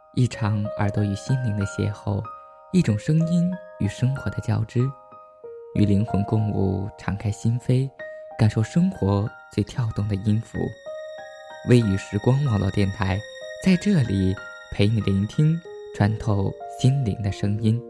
一场耳朵与心灵的邂逅，一种声音与生活的交织，与灵魂共舞，敞开心扉，感受生活最跳动的音符。微雨时光网络电台，在这里陪你聆听，穿透心灵的声音。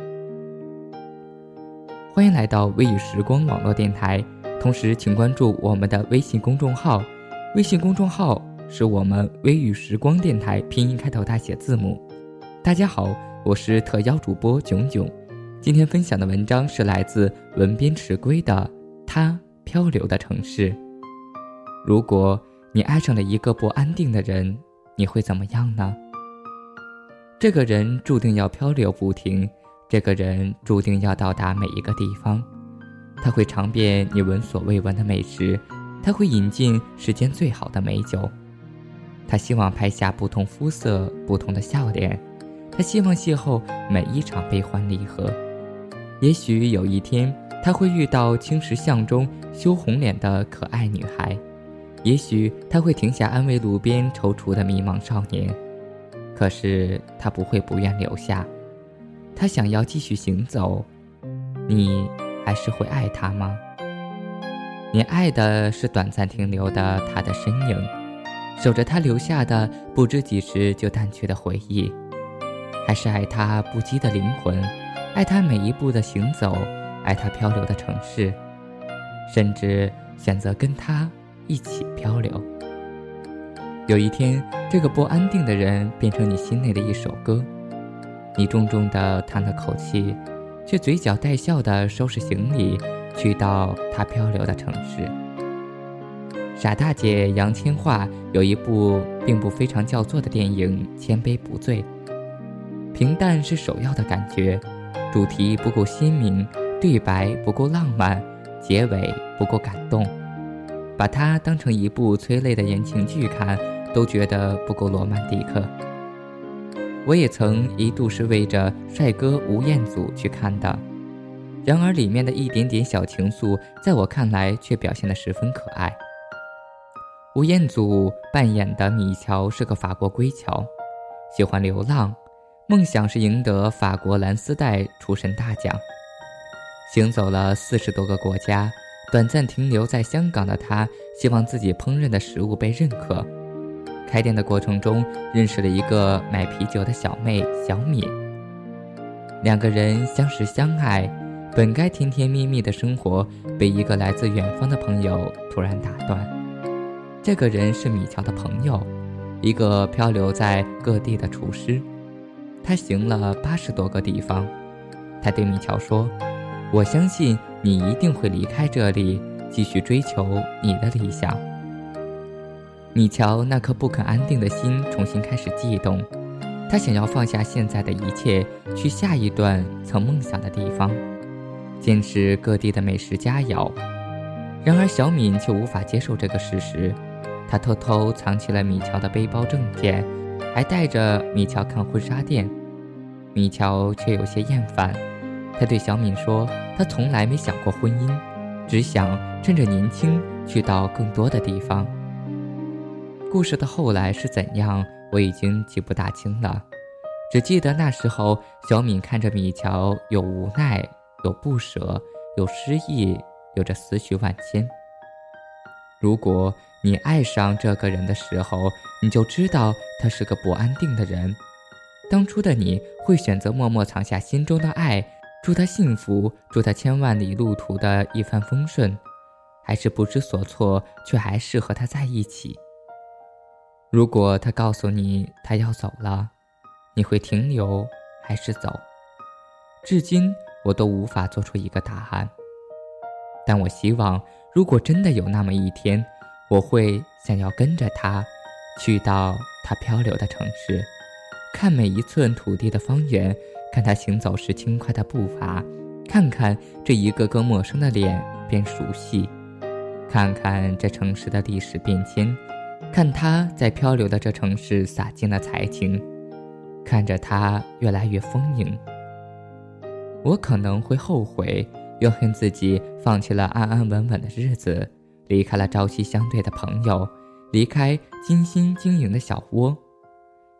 欢迎来到微雨时光网络电台，同时请关注我们的微信公众号，微信公众号是我们微雨时光电台拼音开头大写字母。大家好，我是特邀主播炯炯，今天分享的文章是来自文编迟归的他漂流的城市。如果你爱上了一个不安定的人，你会怎么样呢？这个人注定要漂流不停，这个人注定要到达每一个地方。他会尝遍你闻所未闻的美食，他会饮尽世间最好的美酒。他希望拍下不同肤色不同的笑脸，他希望邂逅每一场悲欢离合。也许有一天他会遇到青石巷中羞红脸的可爱女孩，也许他会停下安慰路边踌躇的迷茫少年。可是他不会不愿留下，他想要继续行走。你还是会爱他吗？你爱的是短暂停留的他的身影，守着他留下的不知几时就淡去的回忆，还是爱他不羁的灵魂，爱他每一步的行走，爱他漂流的城市，甚至选择跟他一起漂流。有一天，这个不安定的人变成你心内的一首歌，你重重地叹了口气，却嘴角带笑地收拾行李，去到他漂流的城市。傻大姐杨千嬅有一部并不非常叫座的电影《千杯不醉》，平淡是首要的感觉，主题不够鲜明，对白不够浪漫，结尾不够感动，把它当成一部催泪的言情剧看，都觉得不够罗曼蒂克。我也曾一度是为着帅哥吴彦祖去看的，然而里面的一点点小情愫，在我看来却表现得十分可爱。吴彦祖扮演的米乔是个法国归侨，喜欢流浪，梦想是赢得法国蓝丝带厨神大奖。行走了40多个国家，短暂停留在香港的他，希望自己烹饪的食物被认可。开店的过程中，认识了一个买啤酒的小妹小敏，两个人相识相爱，本该甜甜蜜蜜的生活，被一个来自远方的朋友突然打断。这个人是米乔的朋友，一个漂流在各地的厨师，他行了80多个地方。他对米乔说，我相信你一定会离开这里，继续追求你的理想。米乔那颗不肯安定的心重新开始悸动，他想要放下现在的一切，去下一段曾梦想的地方，见识各地的美食佳肴。然而小敏却无法接受这个事实，她偷偷藏起了米乔的背包证件，还带着米乔看婚纱店。米乔却有些厌烦，他对小敏说，他从来没想过婚姻，只想趁着年轻去到更多的地方。故事的后来是怎样，我已经记不大清了，只记得那时候小敏看着米乔，有无奈，有不舍，有失意，有着思绪万千。如果你爱上这个人的时候，你就知道他是个不安定的人。当初的你会选择默默藏下心中的爱，祝他幸福，祝他千万里路途的一帆风顺，还是不知所措，却还是和他在一起？如果他告诉你他要走了，你会停留还是走？至今我都无法做出一个答案。但我希望，如果真的有那么一天，我会想要跟着他，去到他漂流的城市，看每一寸土地的方圆，看他行走时轻快的步伐，看看这一个个陌生的脸变熟悉，看看这城市的历史变迁，看他在漂流的这城市洒尽了才情，看着他越来越丰盈。我可能会后悔，怨恨自己放弃了安安稳稳的日子，离开了朝夕相对的朋友，离开精心经营的小窝。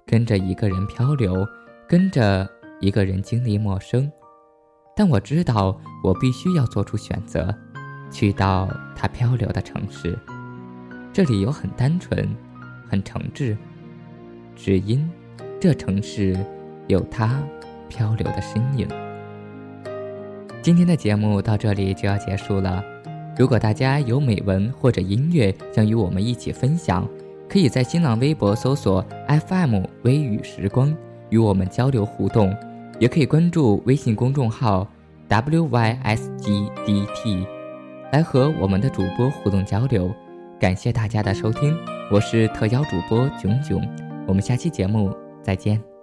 跟着一个人漂流，跟着一个人经历陌生。但我知道我必须要做出选择，去到他漂流的城市。这理由很单纯，很诚挚，只因这城市有他漂流的身影。今天的节目到这里就要结束了。如果大家有美文或者音乐想与我们一起分享，可以在新浪微博搜索 FM 微雨时光与我们交流互动，也可以关注微信公众号 WYSGDT 来和我们的主播互动交流。感谢大家的收听，我是特邀主播囧囧，我们下期节目再见。